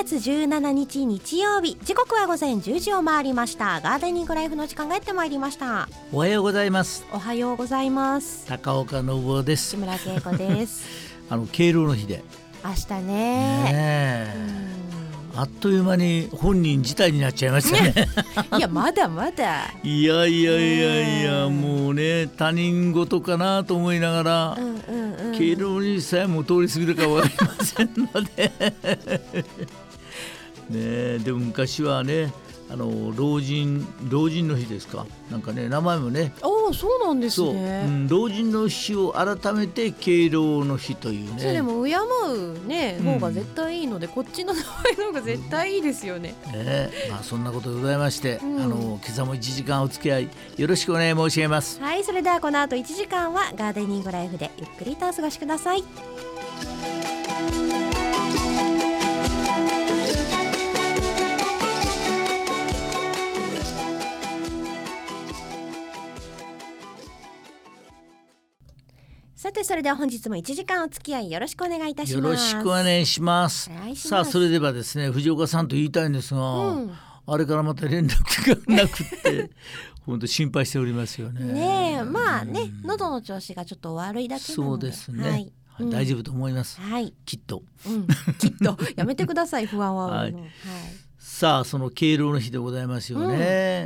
月17日日曜日、時刻は午前10時を回りました。ガーデニングライフの時間がやってまいりました。 おはようございます。 おはようございます。 高岡信夫です。 志村恵子です敬老の日で明日ね、 あっという間に本人自体になっちゃいましたねいやまだまだいやもうね、他人事かなと思いながら、敬老の日さえも通り過ぎるか分かりませんのでね。でも昔はね、老人の日ですか、なんかね、名前もね、 そうなんですね。 老人の日を改めて敬老の日というね。 それでも敬うね方が絶対いいので、こっちの名前の方が絶対いいですよね。 そんなことでございまして、今朝も1時間お付き合いよろしくお願い申し上げます。 はい、それではこの後1時間はガーデニングライフでゆっくりとお過ごしください。さて、それでは本日も1時間お付き合いよろしくお願いいたします。 よろしくお願いします。さあ、それではですね、藤岡さんと言いたいんですが、あれからまた連絡がなくって本当心配しておりますよね。 まあね、喉の調子がちょっと悪いだけなので。 そうですね、大丈夫と思います、きっと、 きっとやめてください不安は、 さあ、その敬老の日でございますよね。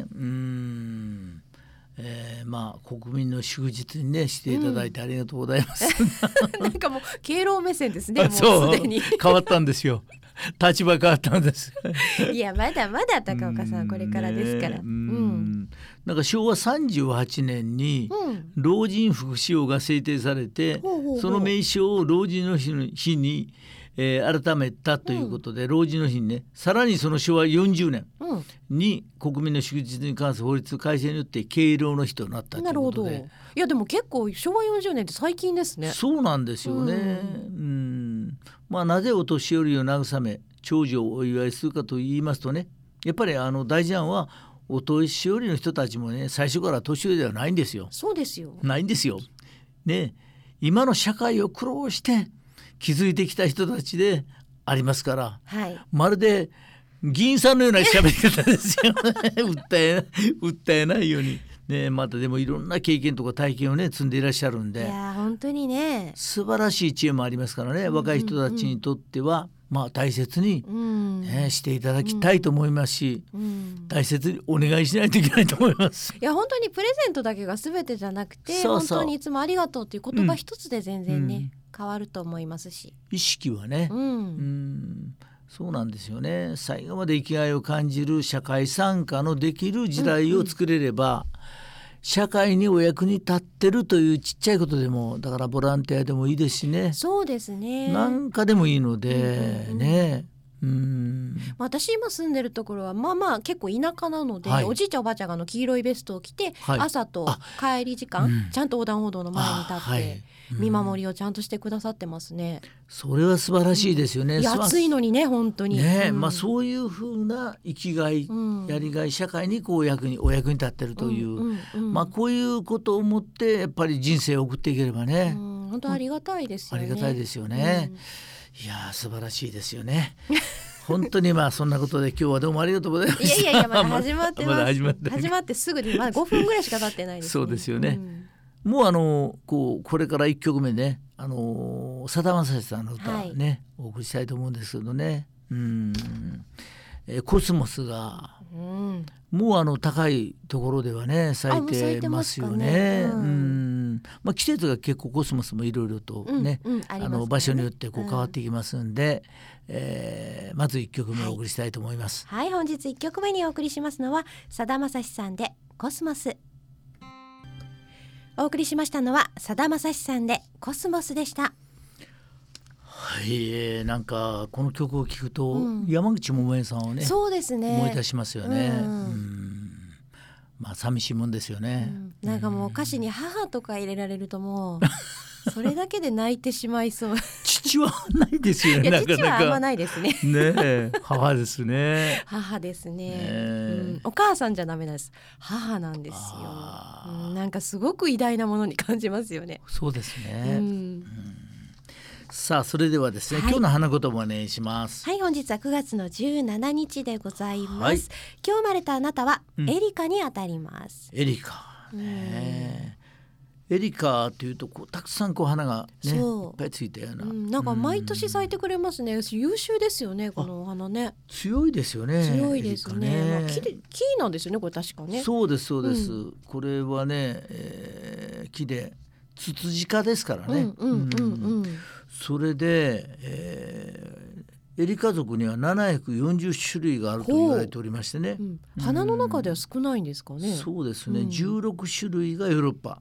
国民の祝日にねしていただいてありがとうございます、 なんかもう敬老目線ですね。もうすでに変わったんですよ立場変わったんですいやまだまだ高岡さんこれからですから。 なんか昭和38年に老人福祉法が制定されて、その名称を老人の日に改めたということで、老人の日にね、さらにその昭和40年に国民の祝日に関する法律改正によって敬老の日となったということで。 なるほど。いやでも結構昭和40年って最近ですね。 そうなんですよね。なぜお年寄りを慰め長寿をお祝いするかと言いますとね、やっぱり大事なのはお年寄りの人たちもね、最初から年寄りではないんですよ。 そうですよ。 ないんですよ、ね、今の社会を苦労して築いてきた人たちでありますから、まるで議員さんのような喋り方ですよね訴えないようにね。またでもいろんな経験とか体験をね積んでいらっしゃるんで、 いや本当にね、 素晴らしい知恵もありますからね、若い人たちにとっては大切に、していただきたいと思いますし、大切にお願いしないといけないと思います。 いや本当にプレゼントだけが全てじゃなくて、本当にいつもありがとうっていう言葉一つで全然ね、変わると思いますし、 意識はね、そうなんですよね。最後まで生きがいを感じる社会参加のできる時代を作れれば、社会にお役に立ってるというちっちゃいことでも、だからボランティアでもいいですしね。 そうですね、 なんかでもいいのでね。 私今住んでるところは結構田舎なので、おじいちゃんおばあちゃんが黄色いベストを着て、朝と帰り時間、ちゃんと横断歩道の前に立って見守りをちゃんとしてくださってますね。 それは素晴らしいですよね。 暑いのにね本当にね、 そういうふうな生きがい、やりがい、社会にお役に立ってるという、こういうことを思ってやっぱり人生を送っていければね、 本当ありがたいですよね。 ありがたいですよね。いや素晴らしいですよね本当に。そんなことで今日はどうもありがとうございました。 いやまだ始まってます始まってすぐにまだ5分ぐらいしか経ってないですね。 そうですよね、もうこれから1曲目ね、さだまさしさんの歌ね、お送りしたいと思うんですけどね。コスモスが、もう高いところではね咲いてますよね。季節が結構コスモスもいろいろとね、場所によって変わってきますんで、まず1曲目をお送りしたいと思います。 本日1曲目にお送りしますのはさだまさしさんでコスモス。お送りしましたのはさだまさしさんでコスモスでした。 なんかこの曲を聴くと、山口百恵さんをね、 そうですね、 思い出しますよね。寂しいもんですよね。 なんかもう歌詞に母とか入れられるともうそれだけで泣いてしまいそう父はないですよね。 いや父はあんまないですねね、母ですね。 母ですね、お母さんじゃダメなんです、母なんですよ。なんかすごく偉大なものに感じますよね。 そうですね、 さあそれではですね、今日の花言葉お願いします。 はい、本日は9月の17日でございます。今日生まれたあなたはエリカにあたります。 エリカね。エリカというとたくさん花がねいっぱいついたような、 なんか毎年咲いてくれますね。優秀ですよね、このお花ね。 強いですよね。 強いですね。木なんですよね、これ確かね。 そうですそうです、これはね、木でツツジ科ですからね。それで、エリカ属には740種類があると言われておりましてね、 花の中では少ないんですかね。 そうですね、16種類がヨーロッパ、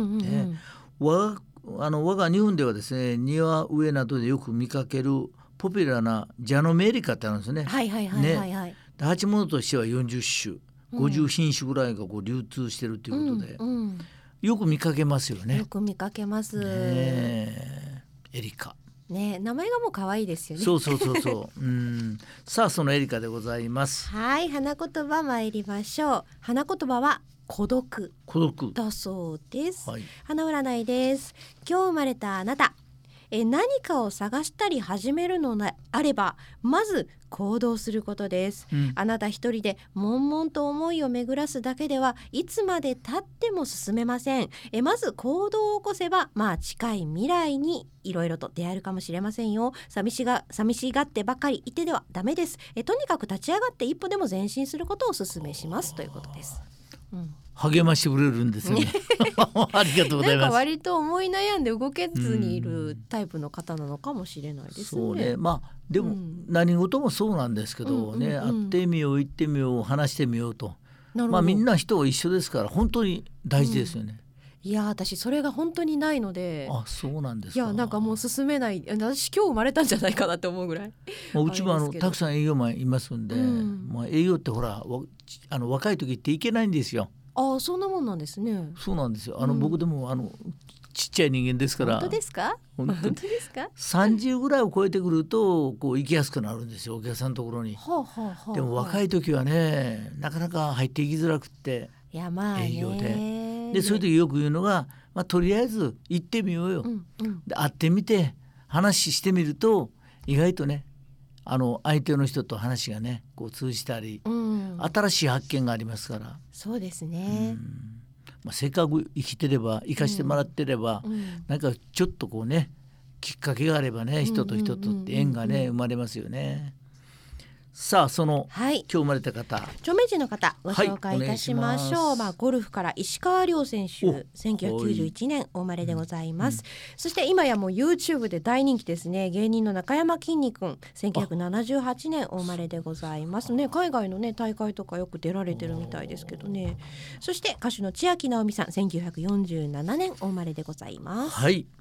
我が日本ではですね、庭植えなどでよく見かけるポピュラーなジャノメリカってあるんですね。鉢物としては40種50品種ぐらいが流通してるということで、よく見かけますよね。 よく見かけます、 エリカね、名前がもう可愛いですよね。 そうさあそのエリカでございます。 はい、花言葉参りましょう。花言葉は孤独だそうです。花占いです。今日生まれたあなた、何かを探したり始めるのであればまず行動することです、あなた一人で悶々と思いを巡らすだけではいつまで経っても進めません。まず行動を起こせば近い未来にいろいろと出会えるかもしれませんよ。寂しがってばかりいてではダメです。とにかく立ち上がって一歩でも前進することをお勧めしますということです。 励ましてくれるんですね。ありがとうございます。 なんか割と思い悩んで動けずにいるタイプの方なのかもしれないですね。 そうね、でも何事もそうなんですけどね、会ってみよう行ってみよう話してみようと、みんな人は一緒ですから本当に大事ですよね。 いや私それが本当にないので。 そうなんですか。 いやなんかもう進めない。私今日生まれたんじゃないかなって思うぐらい。 うちもたくさん営業マンいますんで、営業ってほら若い時っていけないんですよ。 そんなもんなんですね。 そうなんですよ。僕でもちっちゃい人間ですから。 本当ですか。本当ですか。 30ぐらいを超えてくると行きやすくなるんですよ、お客さんのところに。でも若い時はねなかなか入っていきづらくって、営業でそういう時よく言うのが、とりあえず行ってみようよ、で会ってみて話してみると意外とね相手の人と話がね通じたり、新しい発見がありますから。 そうですね、 せっかく生きてれば生かしてもらってれば、なんかちょっときっかけがあればね、人と人とって縁がね生まれますよね。さあ今日生まれた方、 著名人の方ご紹介いたしましょう。ゴルフから石川遼選手、1991年お生まれでございます、そして今やもう YouTube で大人気ですね、芸人の中山きんに君、1978年お生まれでございますね。海外のね大会とかよく出られてるみたいですけどね。そして歌手の千秋直美さん、1947年お生まれでございます。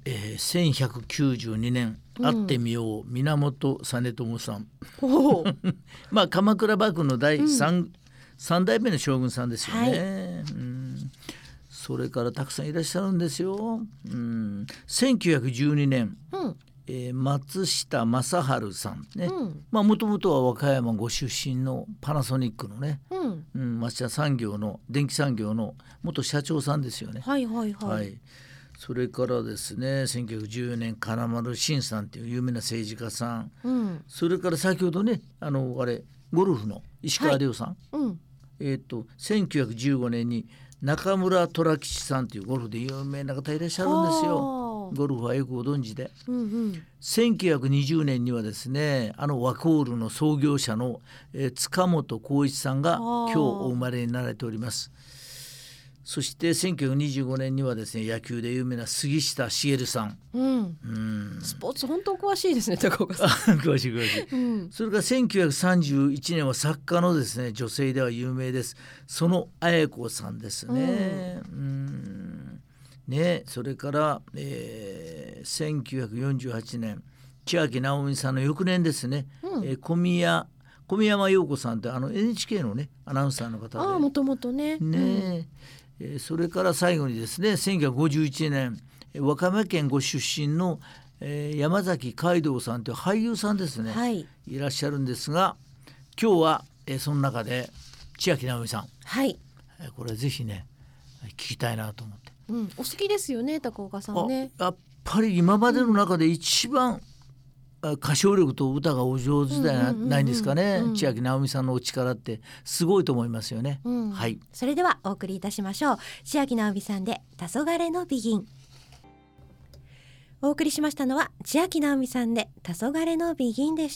1192年会ってみよう、源実朝さん。鎌倉幕府の第 3代目の将軍さんですよね、それからたくさんいらっしゃるんですよ。1912年、松下正治さんね、もともとは和歌山ご出身のパナソニックのね、松下産業の電気産業の元社長さんですよね。それからですね、1914年金丸信さんという有名な政治家さん、それから先ほどねゴルフの石川遼さん、1915年に中村虎吉さんというゴルフで有名な方いらっしゃるんですよ。ゴルフはよくご存知で、1920年にはですねワコールの創業者の、塚本浩一さんが今日お生まれになられております。そして1925年にはですね野球で有名な杉下茂さん、 スポーツ本当詳しいですね、高岡さん。 詳しい、それから1931年は作家のですね女性では有名です園綾子さんですね。それから、1948年千秋直美さんの翌年ですね、小宮山陽子さんってNHK のねアナウンサーの方で、 もともとね。 それから最後にですね1951年和歌山県ご出身の、山崎海道さんという俳優さんですね、いらっしゃるんですが、今日は、その中で千秋直美さん、これぜひね聞きたいなと思って、 お好きですよね高岡さんね。 やっぱり今までの中で一番歌唱力と歌がお上手じゃないんですかね。千秋直美さんのお力ってすごいと思いますよね。はい。 それではお送りいたしましょう。千秋直美さんで黄昏のビギン。お送りしましたのは千秋直美さんで黄昏のビギンでした。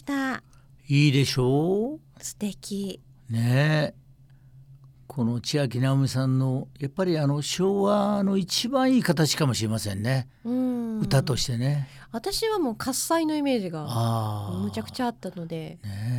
いいでしょう。 素敵ねえ。この千秋直美さんのやっぱり昭和の一番いい形かもしれませんね。歌としてね。 私はもう喝采のイメージがむちゃくちゃあったので、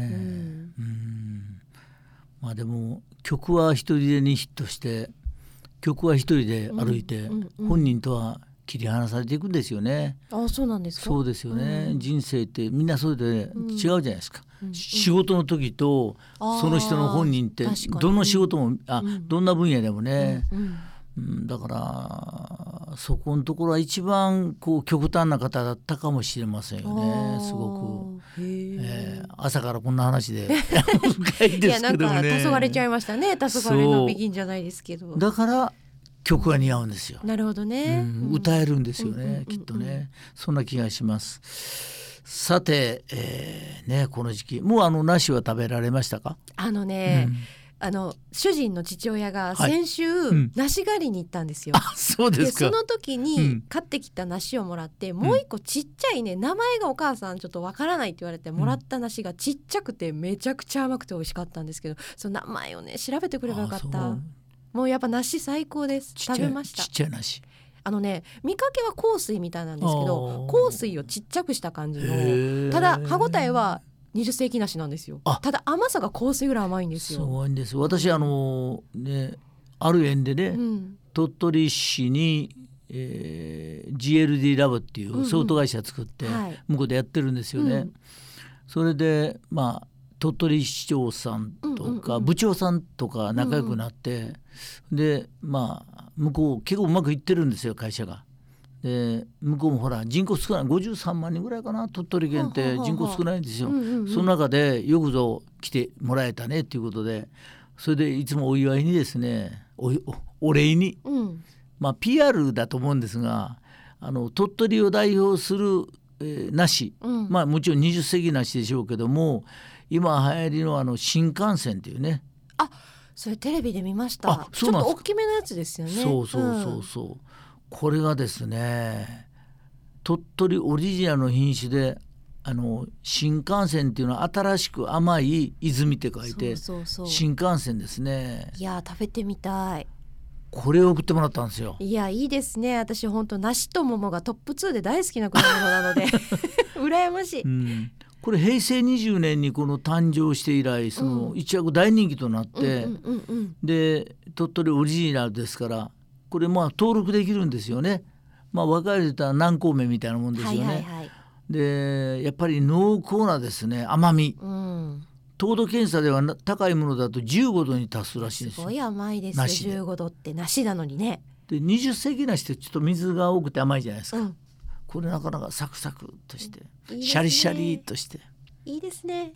まあでも曲は一人でにヒットして、曲は一人で歩いて、本人とは切り離されていくんですよね。 そうなんですか。 そうですよね、人生ってみんなそれで違うじゃないですか。仕事の時とその人の本人ってどの仕事もどんな分野でもね、だからそこのところは一番極端な方だったかもしれませんよね。すごく、朝からこんな話で深いですけどね。 いやなんか黄昏れちゃいましたね。黄昏のビギンじゃないですけど。 だから曲が似合うんですよ。 なるほどね、 歌えるんですよね、きっとね。そんな気がします。さて、この時期もう梨は食べられましたか？ 主人の父親が先週、梨狩りに行ったんですよ。 そうですか。 その時に買ってきた梨をもらって、もう一個ちっちゃいね、名前がお母さんちょっとわからないって言われてもらった梨がちっちゃくてめちゃくちゃ甘くて美味しかったんですけど、その名前をね調べてくればよかった。もうやっぱ梨最高です。食べました。 ちっちゃい梨。 見かけは香水みたいなんですけど、香水をちっちゃくした感じの、ただ歯ごたえは20世紀梨なんですよ。ただ甘さが香水ぐらい甘いんですよ。 すごいんです。私ある縁でね、鳥取市に、GLD ラボっていうソフト会社作って向こうでやってるんですよね。それで鳥取市長さんとか部長さんとか仲良くなって、で向こう結構うまくいってるんですよ、会社が。で向こうもほら人口少ない、53万人ぐらいかな、鳥取県って人口少ないんですよ。その中でよくぞ来てもらえたねっていうことで、それでいつもお祝いにですね、お礼に、PR だと思うんですが、鳥取を代表する、梨、もちろん20世紀梨でしょうけども、今流行りの新幹線っていうね。 それテレビで見ました。ちょっと大きめのやつですよね。 そう、これがですね、鳥取オリジナルの品種で、新幹線っていうのは新しく甘い泉って書いて、新幹線ですね。 いや食べてみたい。 これを送ってもらったんですよ。 いやいいですね。私本当梨と桃がトップ2で大好きな果物なので羨ましい。 これ平成20年にこの誕生して以来、一躍大人気となって、で鳥取オリジナルですから、これ登録できるんですよね。分かれた南高梅みたいなもんですよね。でやっぱり濃厚なですね甘み、糖度検査では高いものだと15度に達するらしいですよ。 すごい甘いですね。15度って梨なのにね。 で20世紀梨ってちょっと水が多くて甘いじゃないですか。これなかなかサクサクとして、シャリシャリとしていいですね。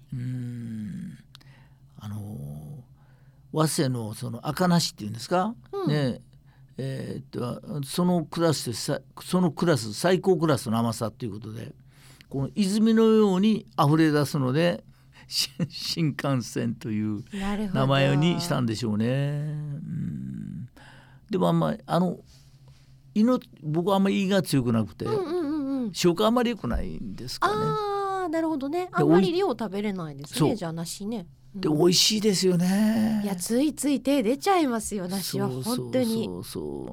早稲のその赤梨っていうんですか、そのクラス最高クラスの甘さということで、この泉のように溢れ出すので新幹線という名前にしたんでしょうね。でも僕はあんまり胃が強くなくて、消化あんまり良くないんですかね。 なるほどね。あんまり量食べれないですね。じゃあ梨ね。 で美味しいですよね。 いやついつい手出ちゃいますよ、梨は本当に。 も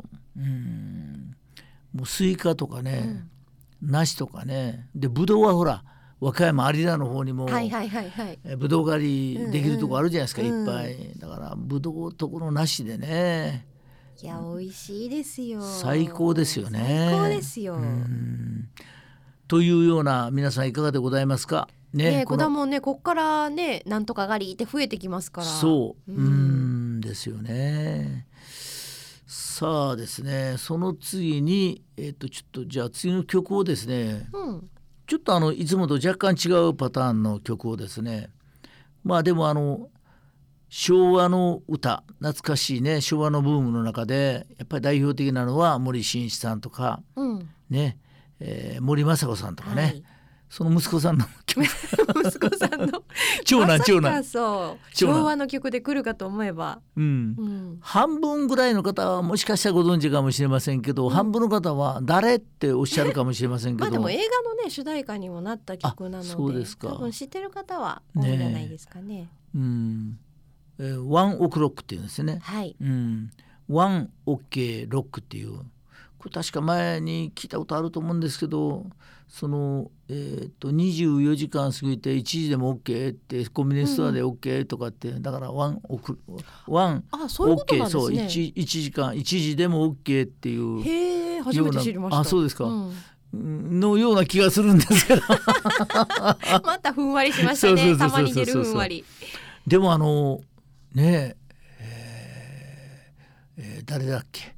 うスイカとかね、梨とかね、でブドウはほら和歌山有田の方にもブドウ狩りできるとこあるじゃないですか、いっぱい。だからブドウとこの梨でね。 いや美味しいですよ。 最高ですよね。 最高ですよ。 というような、皆さんいかがでございますかね。 果物ね、こっからねなんとか狩りって増えてきますから。 そうですよね。さあですね、その次にちょっとじゃあ次の曲をですね、ちょっといつもと若干違うパターンの曲をですね、でも昭和の歌、懐かしいね昭和のブームの中でやっぱり代表的なのは森進一さんとか、 森昌子さんとかね、はい、その息子さんの曲息子さんの長男まさかそう昭和の曲で来るかと思えば、 半分ぐらいの方はもしかしたらご存知かもしれませんけど、半分の方は誰っておっしゃるかもしれませんけどでも映画のね主題歌にもなった曲なので、 そうですか、 多分知ってる方は多いんじゃないですかね。 ワンオクロックっていうんですね、 はい、 ワンオッケーロックっていう、これ確か前に聞いたことあると思うんですけど、その、24時間過ぎて1時でも OK ってコンビニエンスストアで OK とかって、だからワンオッケー、そう1時間1時でも OK っていう、 へー、初めて知りました。 そうですか、のような気がするんですけどまたふんわりしましたね。たまに出るふんわり。 でもね誰だっけ、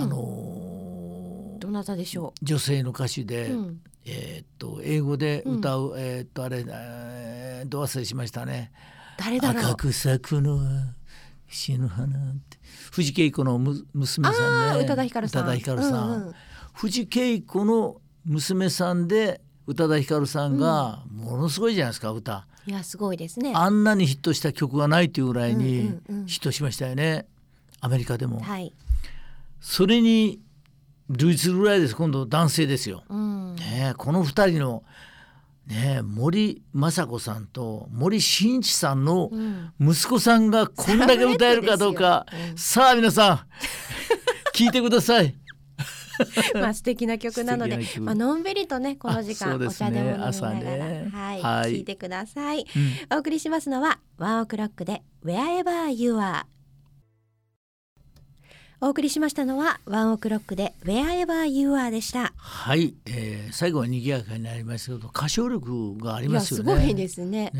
どなたでしょう。 女性の歌手で、英語で歌う、あれど忘れしましたね。 誰だろう。 赤く咲くのは死ぬ花って、藤恵子の娘さんね、 宇多田ヒカルさん、藤恵子の娘さんで宇多田ヒカルさんがものすごいじゃないですか、歌。 いやすごいですね。 あんなにヒットした曲がないというぐらいにヒットしましたよね、アメリカでも、 はい、 それに類するぐらいです。今度男性ですよ、この2人の、森昌子さんと森進一さんの息子さんがこんだけ歌えるかどうか、さあ皆さん聞いてください素敵な曲なので、のんびりとねこの時間、お茶でも飲みながら、聞いてください、お送りしますのはワンオクロックで Wherever You Are。お送りしましたのはワンオクロックで Wherever You Are でした。 はい、最後は賑やかになりましたけど、歌唱力がありますよね。 いやすごいですね。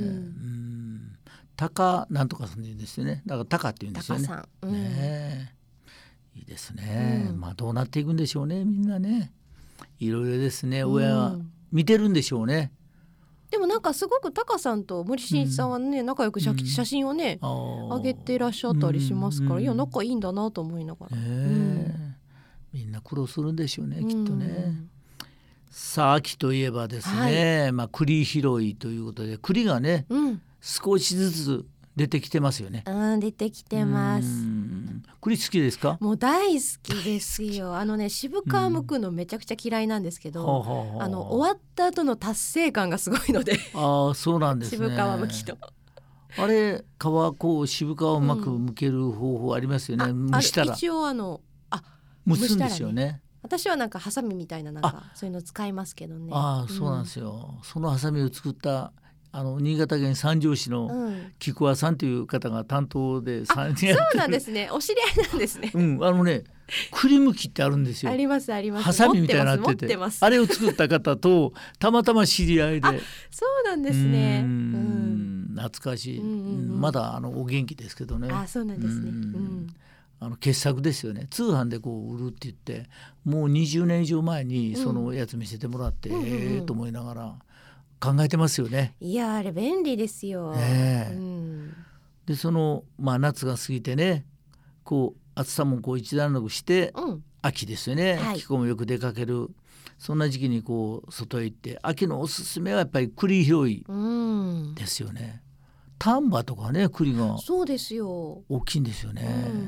タカなんとかさんでいいんですよね。だからタカって言うんですよね。 タカさん、 いいですね、どうなっていくんでしょうね、みんなね。いろいろですね、親は見てるんでしょうね。 でもなんかすごくタカさんと森進一さんはね、仲良く写真をね、上げてらっしゃったりしますから、いや仲いいんだなと思いながら、みんな苦労するんでしょうね、きっとね。さあ秋といえばですね、栗拾いということで、栗がね、少しずつ出てきてますよね。 出てきてます。 栗好きですか？ もう大好きですよ。渋皮剥くのめちゃくちゃ嫌いなんですけど、終わった後の達成感がすごいのでそうなんですね。 渋皮剥きとあれこう渋皮をうまく剥ける方法ありますよね。蒸したら一応蒸すんですよね。 私はなんかハサミみたいなそういうの使いますけどね。 そうなんですよ。そのハサミを作った新潟県三条市の菊和さんという方が担当で3人やってる。 そうなんですね。お知り合いなんですね。 栗むきってあるんですよ。 ありますあります。 ハサミみたいになってて、あれを作った方とたまたま知り合いで。 そうなんですね。 懐かしい。まだお元気ですけどね。 そうなんですね。 傑作ですよね。通販でこう売るって言ってもう20年以上前にそのやつ見せてもらって、と思いながら考えてますよね。 いやあれ便利ですよ。 でその夏が過ぎてね、こう暑さもこう一段落して、秋ですよね。気候もよく出かける、そんな時期にこう外へ行って、秋のおすすめはやっぱり栗拾いですよね。丹波とかね、栗がそうですよ、 大きいんですよね。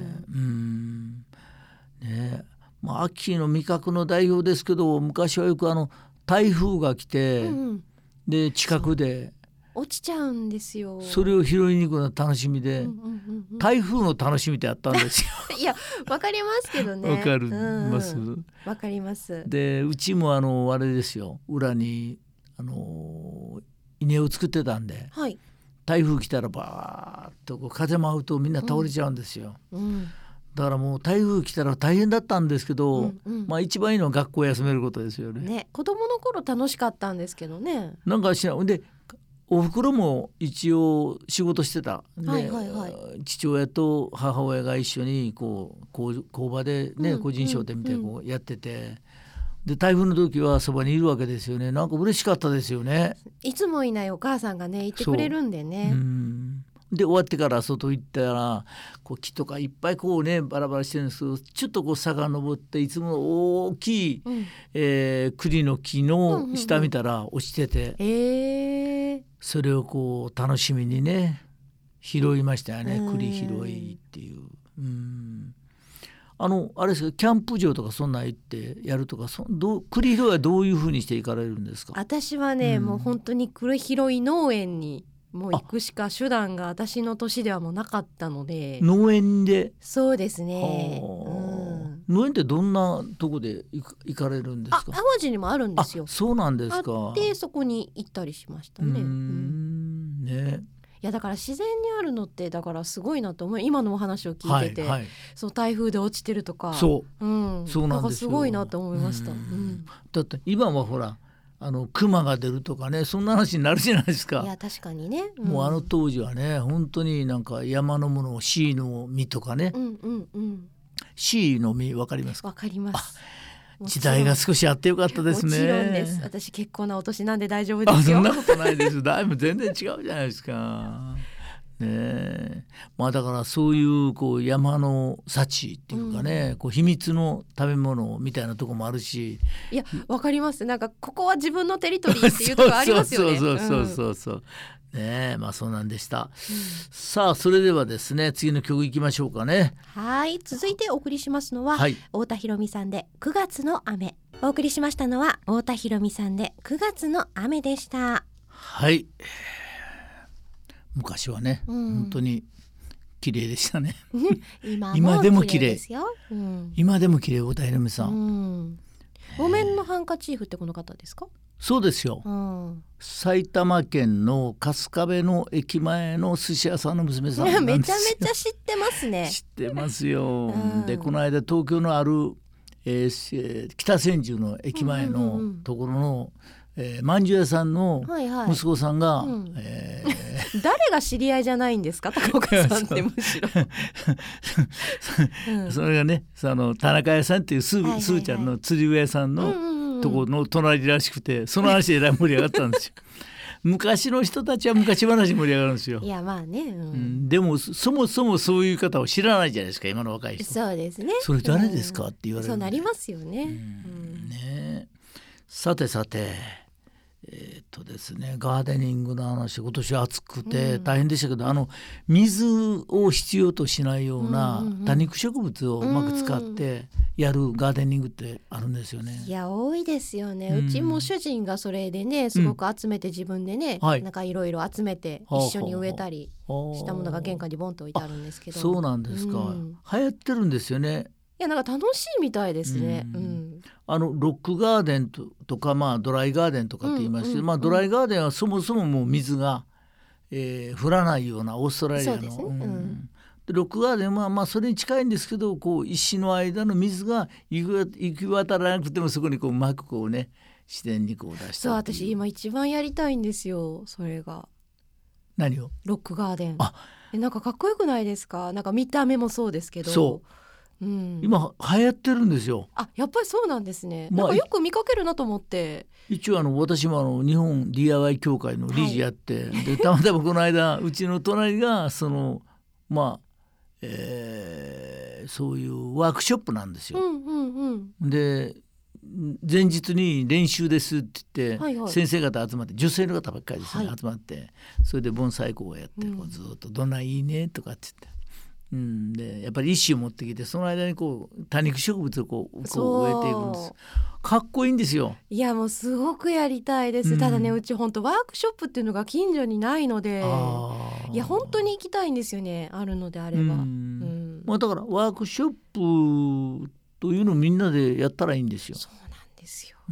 秋の味覚の代表ですけど、昔はよく台風が来て、で近くで落ちちゃうんですよ。 それを拾いに行くのが楽しみで、台風の楽しみってあったんですよ。 いやわかりますけどね。 わかります。 わかります。 でうちもあれですよ、裏に稲を作ってたんで、台風来たらバーッとこう風舞うとみんな倒れちゃうんですよ。だからもう台風来たら大変だったんですけど、一番いいのは学校休めることですよね。 子供の頃楽しかったんですけどね。 なんかしないで、お袋も一応仕事してた、父親と母親が一緒にこう工場でね、個人商店みたいにこうやってて、で台風の時はそばにいるわけですよね。なんか嬉しかったですよね。 いつもいないお母さんがねいてくれるんでね。 で終わってから外行ったらこう木とかいっぱいこうねバラバラしてるんですけど、ちょっとこう坂登っていつもの大きい、栗の木の下見たら落ちてて、それをこう楽しみにね拾いましたよね。栗拾いっていう。あれですか、キャンプ場とかそんな行ってやるとか、栗拾いはどういうふうにして行かれるんですか？ 私はね、もう本当に栗拾い農園にもう行くしか手段が私の年ではもうなかったので。 農園で？ そうですね、 農園ってどんなとこで行かれるんですか？ 淡路にもあるんですよ。 そうなんですか。 でそこに行ったりしましたね。 ね、 いやだから自然にあるのってだからすごいなと思う。今のお話を聞いてて、そう台風で落ちてるとか、 そうなんですよ。 だからすごいなと思いました。 だって今はほら熊が出るとかね、そんな話になるじゃないですか。 いや確かにね、 もう当時はね本当になんか山のものをシイの実とかね、シイの実わかりますか？ わかります。 時代が少しあってよかったですね。 もちろんです。私結構なお年なんで大丈夫ですよ。 そんなことないです。だいぶ全然違うじゃないですか。だからそういうこう山の幸っていうかね、こう秘密の食べ物みたいなとこもあるし。 いやわかります。なんかここは自分のテリトリーっていうとこありますよね。 そうそうなんでした。さあそれではですね、次の曲いきましょうかね。 はい、続いてお送りしますのは、太田裕美さんで9月の雨。お送りしましたのは太田裕美さんで9月の雨でした。 はい、昔はね、本当に綺麗でしたね。今でも綺麗ですよ。今でも綺麗、太田裕美さん。 木綿のハンカチーフってこの方ですか？ そうですよ、埼玉県の春日部の駅前の寿司屋さんの娘さんなんですよ。 めちゃめちゃ知ってますね。 知ってますよ。でこの間東京のある、北千住の駅前のところの、まんじゅう屋さんの息子さんが、 誰が知り合いじゃないんですか、高岡さんってむしろ。 それがね、田中屋さんっていうすーちゃんの釣り具屋さんのとこの隣らしくて、その話でえらい盛り上がったんですよ。昔の人たちは昔話盛り上がるんですよ。 いやまあね、 でもそもそもそういう方を知らないじゃないですか、今の若い人。 そうですね。 それ誰ですかって言われる。 そうなりますよね。 さてですね、ガーデニングの話、今年暑くて大変でしたけど、水を必要としないような多肉植物をうまく使ってやるガーデニングってあるんですよね。 いや多いですよね。うちも主人がそれでねすごく集めて自分でね、なんかいろいろ集めて一緒に植えたりしたものが玄関にボンと置いてあるんですけど。 そうなんですか。流行ってるんですよね。 いやなんか楽しいみたいですね。 ロックガーデンとか、ドライガーデンとかって言いますけど、ドライガーデンはそもそももう水が、降らないようなオーストラリアの、でロックガーデンはそれに近いんですけど、こう石の間の水が行き渡らなくてもそこにこううまくこうね自然にこう出した。 そう私今一番やりたいんですよ、それが。 何を？ ロックガーデン。なんかかっこよくないですか？なんか見た目もそうですけど。 そう今流行ってるんですよ。 やっぱりそうなんですね。なんかよく見かけるなと思って。 一応私も日本 DIY 協会の理事やって、でたまたまこの間うちの隣がそういうワークショップなんですよ。で前日に練習ですって言って、先生方集まって、女性の方ばっかりですね、集まって、それで盆栽講をやって、こうずっとどんないいねとかって言って。でやっぱり石を持ってきて、その間にこう多肉植物をこう植えていくんです。かっこいいんですよ。いやもうすごくやりたいです。ただね、うち本当ワークショップっていうのが近所にないので、いや本当に行きたいんですよね、あるのであれば。 だからワークショップというのをみんなでやったらいいんですよ。 そうなんですよ。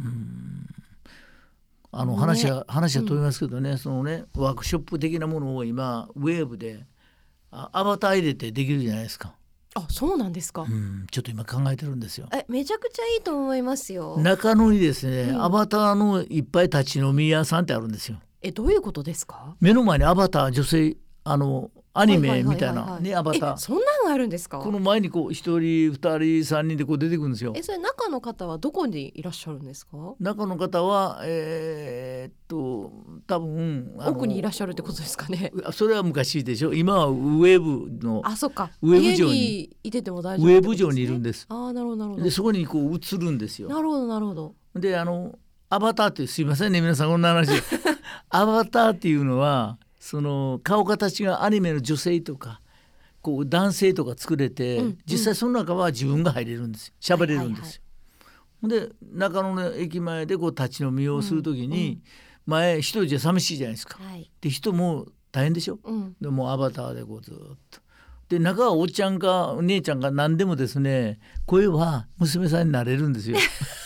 話は飛びますけどね、そのねワークショップ的なものを今ウェブでアバター入れてできるじゃないですか。 そうなんですか。 ちょっと今考えてるんですよ。 めちゃくちゃいいと思いますよ。 中野にですね、アバターのいっぱい立ち飲み屋さんってあるんですよ。 どういうことですか？ 目の前にアバター、女性アニメみたいなね、アバター。 そんなのがあるんですか？ この前にこう1人2人3人でこう出てくるんですよ。 それ中の方はどこにいらっしゃるんですか？ 中の方は多分奥にいらっしゃるってことですかね。 それは昔でしょ。今はウェブのそっか、 ウェブ上にいてても大丈夫、 ウェブ上にいるんです。 なるほどなるほど。 でそこにこう映るんですよ。 なるほどなるほど。 でアバターって、すいませんね皆さんこんな話アバターっていうのはその顔形がアニメの女性とかこう男性とか作れて、実際その中は自分が入れるんですよ。喋れるんですよ。で中野の駅前でこう立ち飲みをするときに、前一人じゃ寂しいじゃないですか。で人も大変でしょ。でもうアバターでこうずっとで中はおっちゃんかお姉ちゃんか何でもですね、声は娘さんになれるんですよ。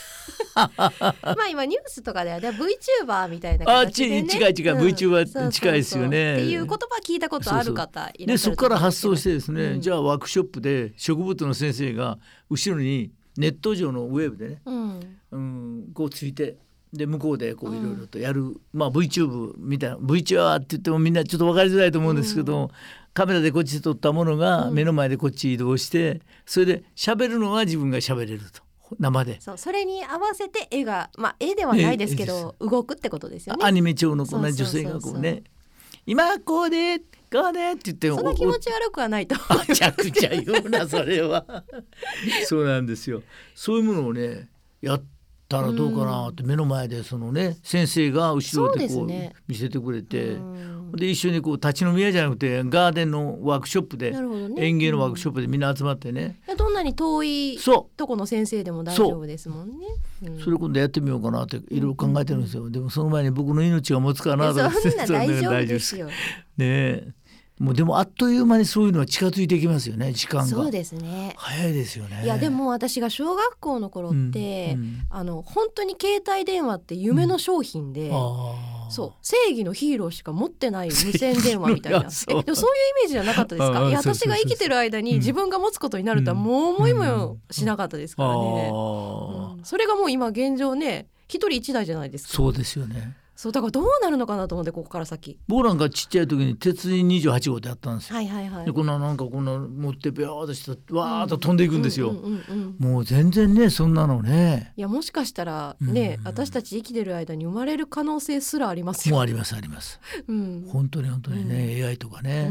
今ニュースとかでは VTuber みたいな形でね。 近い、VTuber 近いですよね。 っていう言葉聞いたことある方いらっしゃる。 でそこから発想してですね、じゃあワークショップで植物の先生が後ろにネット上のウェブでね、こうついて、で向こうでこういろいろとやる、VTube みたいな VTuber って言ってもみんなちょっと分かりづらいと思うんですけど、カメラでこっちで撮ったものが目の前でこっち移動して、それで喋るのは自分が喋れると。生でそれに合わせて絵が、絵ではないですけど動くってことですよね。 アニメ調のこんな女性がこうね、今こうでこうでって言ってそんな気持ち悪くはないとめちゃくちゃ言うなそれはそうなんですよ。そういうものをねやったらどうかなって、目の前でそのね先生が後ろでこう見せてくれて、で一緒にこう立ち飲み屋じゃなくてガーデンのワークショップで、園芸のワークショップでみんな集まってね、 どんなに遠いとこの先生でも大丈夫ですもんね。 それ今度やってみようかなっていろいろ考えてるんですよ。でもその前に僕の命が持つかなと思って。 そんな大丈夫ですよね。もうでもあっという間にそういうのは近づいてきますよね。時間がそうですね、 早いですよね。 いやでも私が小学校の頃って、本当に携帯電話って夢の商品で、そう正義のヒーローしか持ってない無線電話みたいなでもそういうイメージじゃなかったですか？いや私が生きてる間に自分が持つことになるとはもう思いもしなかったですからね。それがもう今現状ね、一人一台じゃないですか。 そうですよね。 そうだからどうなるのかなと思って、ここから先。 僕なんかちっちゃい時に鉄人28号でやったんですよ。でこんな持ってビャーっとしてわーっと飛んでいくんですよ。もう全然ねそんなのね。 いやもしかしたらね、私たち生きてる間に生まれる可能性すらありますよ。 もうあります、本当にね、AI とかね。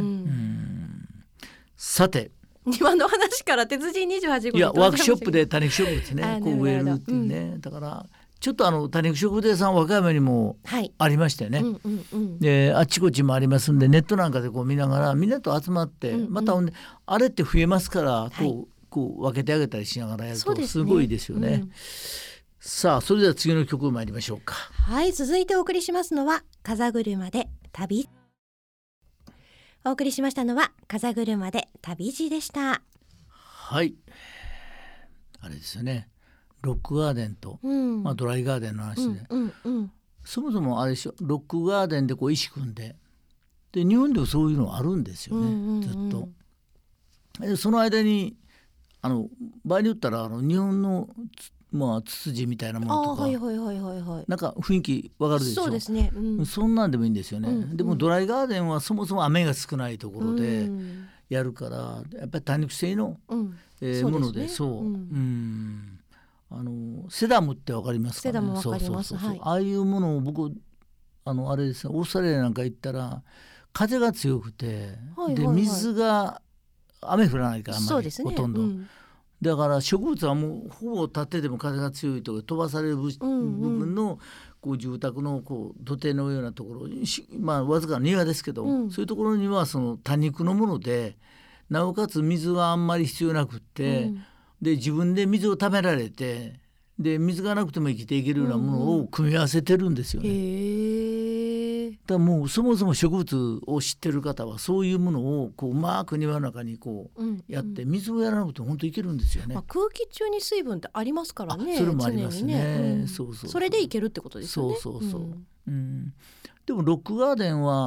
さて今の話から鉄人28号いやワークショップで多肉植物ねこう植えるっていうね、だからちょっと多肉植物屋さん和歌山にもありましてね、であっちこっちもありますんで、ネットなんかでこう見ながらみんなと集まって、またあれって増えますからこう分けてあげたりしながらやるとすごいですよね。さあそれでは次の曲参りましょうか。 はい、続いてお送りしますのは風車で旅。お送りしましたのは風車で旅路でした。 はい、あれですよね、ロックガーデンと、ドライガーデンの話で、そもそもあれでしょ、ロックガーデンでこう石組んで、日本でもそういうのあるんですよね、ずっと。でその間に場合によったら日本のツツジみたいなものとか、なんか雰囲気わかるでしょ。 そうですね、 そんなんでもいいんですよね。でもドライガーデンはそもそも雨が少ないところでやるから、やっぱり多肉性の、もので、セダムってわかりますかね。 セダムわかります。 ああいうものを僕あれですね、オーストラリアなんか行ったら風が強くて、で水が雨降らないからあんまり、ほとんど、だから植物はもうほぼ立ってても風が強いとか飛ばされる部分のこう住宅のこう土手のようなところに、わずかな庭ですけど、そういうところにはその多肉のもので、なおかつ水はあんまり必要なくって、で自分で水をためられて、で水がなくても生きていけるようなものを組み合わせてるんですよね。だからもうそもそも植物を知ってる方はそういうものをこううまく庭の中にこうやって、水をやらなくても本当いけるんですよね。 空気中に水分ってありますからね。 それもありますね。それでいけるってことですよね。 でもロックガーデンは、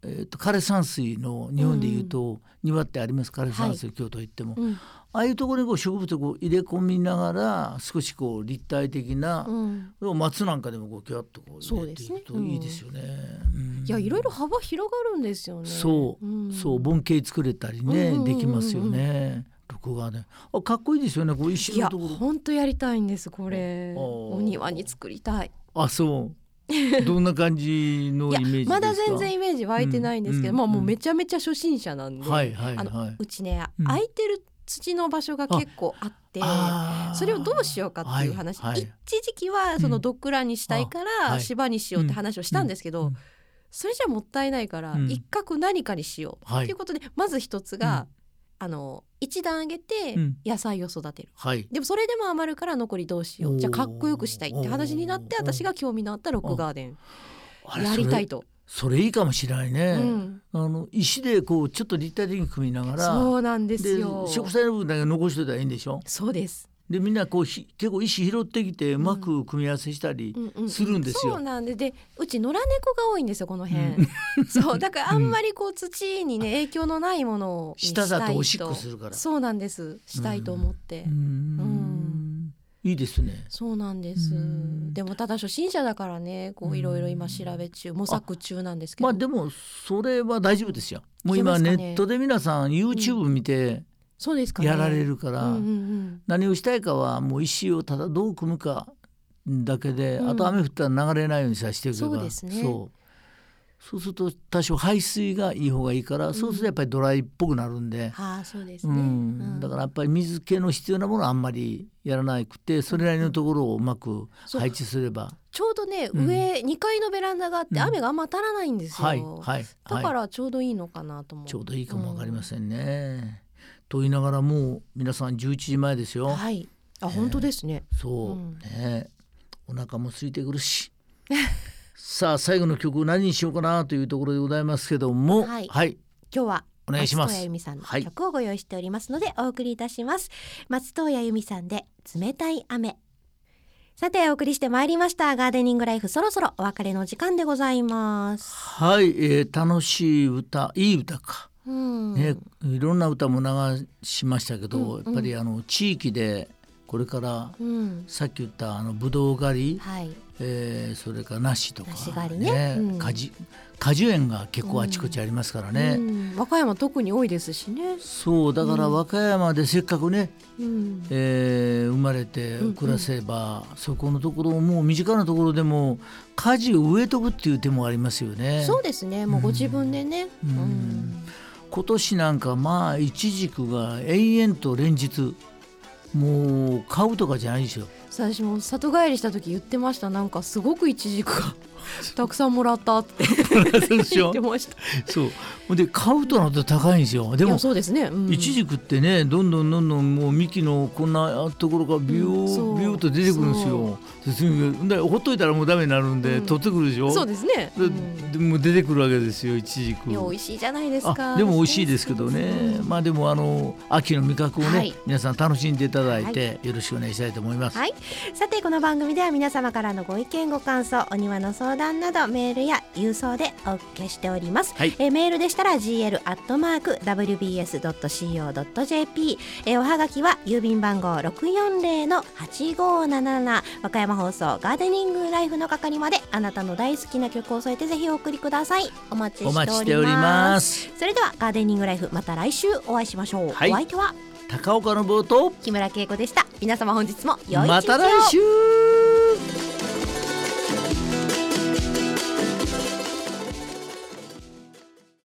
枯山水の日本でいうと、庭ってあります。枯山水、京都行っても、ああいうところにこう植物をこう入れ込みながら少しこう立体的な、松なんかでもこうキュッとこう入れていくといいですよね。 いやいろいろ幅広がるんですよね。 そう盆景作れたりね、できますよね。録画ね、かっこいいですよね。こう石のところ。 いや本当やりたいんですこれ。お庭に作りたい。 そうどんな感じのイメージですか？ まだ全然イメージ湧いてないんですけど、もうめちゃめちゃ初心者なんで、うちね、空いてる土の場所が結構あって、それをどうしようかっていう話、一時期はそのドッグランにしたいから芝にしようって話をしたんですけど、それじゃもったいないから一角何かにしようっていうことで、まず一つが一段上げて野菜を育てる、でもそれでも余るから残りどうしよう、じゃあかっこよくしたいって話になって、私が興味のあったロックガーデンやりたいと。 それいいかもしれないね、石でこうちょっと立体的に組みながら。 そうなんですよ。 植栽の部分だけ残しておいたらいいんでしょ。 そうです。 でみんなこう結構石拾ってきてうまく組み合わせしたりするんですよ。 そうなんで、うち野良猫が多いんですよこの辺、そうだからあんまりこう土にね影響のないものをしたいと。 下だとおしっこするから。 そうなんです、したいと思って。 いいですね。 そうなんです。でもただ初心者だからね、こういろいろ今調べ中模索中なんですけど。 でもそれは大丈夫ですよ。もう今ネットで皆さん YouTube 見てやられるから、何をしたいかはもう石をただどう組むかだけで、あと雨降ったら流れないようにさせておけば。 そうですね。 そうすると多少排水がいい方がいいから、そうするとやっぱりドライっぽくなるんで、 そうですね、 だからやっぱり水気の必要なものはあんまりやらなくて、それなりのところをうまく配置すれば。 ちょうどね、上2階のベランダがあって雨があんま当たらないんですよ、だからちょうどいいのかなと思って。 ちょうどいいかもわかりませんね、と言いながらもう皆さん11時前ですよ。 本当ですね。 そうね、お腹も空いてくるしさあ最後の曲何にしようかなというところでございますけども、 今日はお願いします。 松任谷由実さんの曲をご用意しておりますのでお送りいたします。松任谷由実さんで冷たい雨。さてお送りしてまいりましたガーデニングライフ、そろそろお別れの時間でございます。 楽しい歌、いい歌か、いろんな歌も流しましたけど、やっぱり地域でこれから、さっき言ったぶどう狩り、それから梨とか果樹園が結構あちこちありますからね、 和歌山特に多いですしね。 そうだから和歌山でせっかくね、生まれて暮らせば、そこのところもう身近なところでも果樹を植えとくっていう手もありますよね。 そうですね、もうご自分でね、 今年なんかイチジクが延々と連日もう買うとかじゃないですよ。 私も里帰りした時言ってました。なんかすごくイチジクがたくさんもらったって言ってました。 そうで買うとなると高いんですよ。でもそうですね、 イチジクってね、どんどんもう幹のこんなところがビューと出てくるんですよ。でほっといたらもうダメになるんで、取ってくるでしょ。 そうですね、 でも出てくるわけですよイチジク。 美味しいじゃないですか。 でも美味しいですけどね、でも秋の味覚をね、皆さん楽しんでいただいて、よろしくお願いしたいと思います。 さてこの番組では皆様からのご意見ご感想、お庭の相談などメールや郵送でお受けしております。メールでしたら gl@wbs.co.jp、おはがきは郵便番号 640-8577 和歌山放送ガーデニングライフの係まで、あなたの大好きな曲を添えてぜひお送りください。お待ちしております。それではガーデニングライフ、また来週お会いしましょう。お相手は高岡の坊と木村恵子でした。皆様本日も良い一日を。 また来週。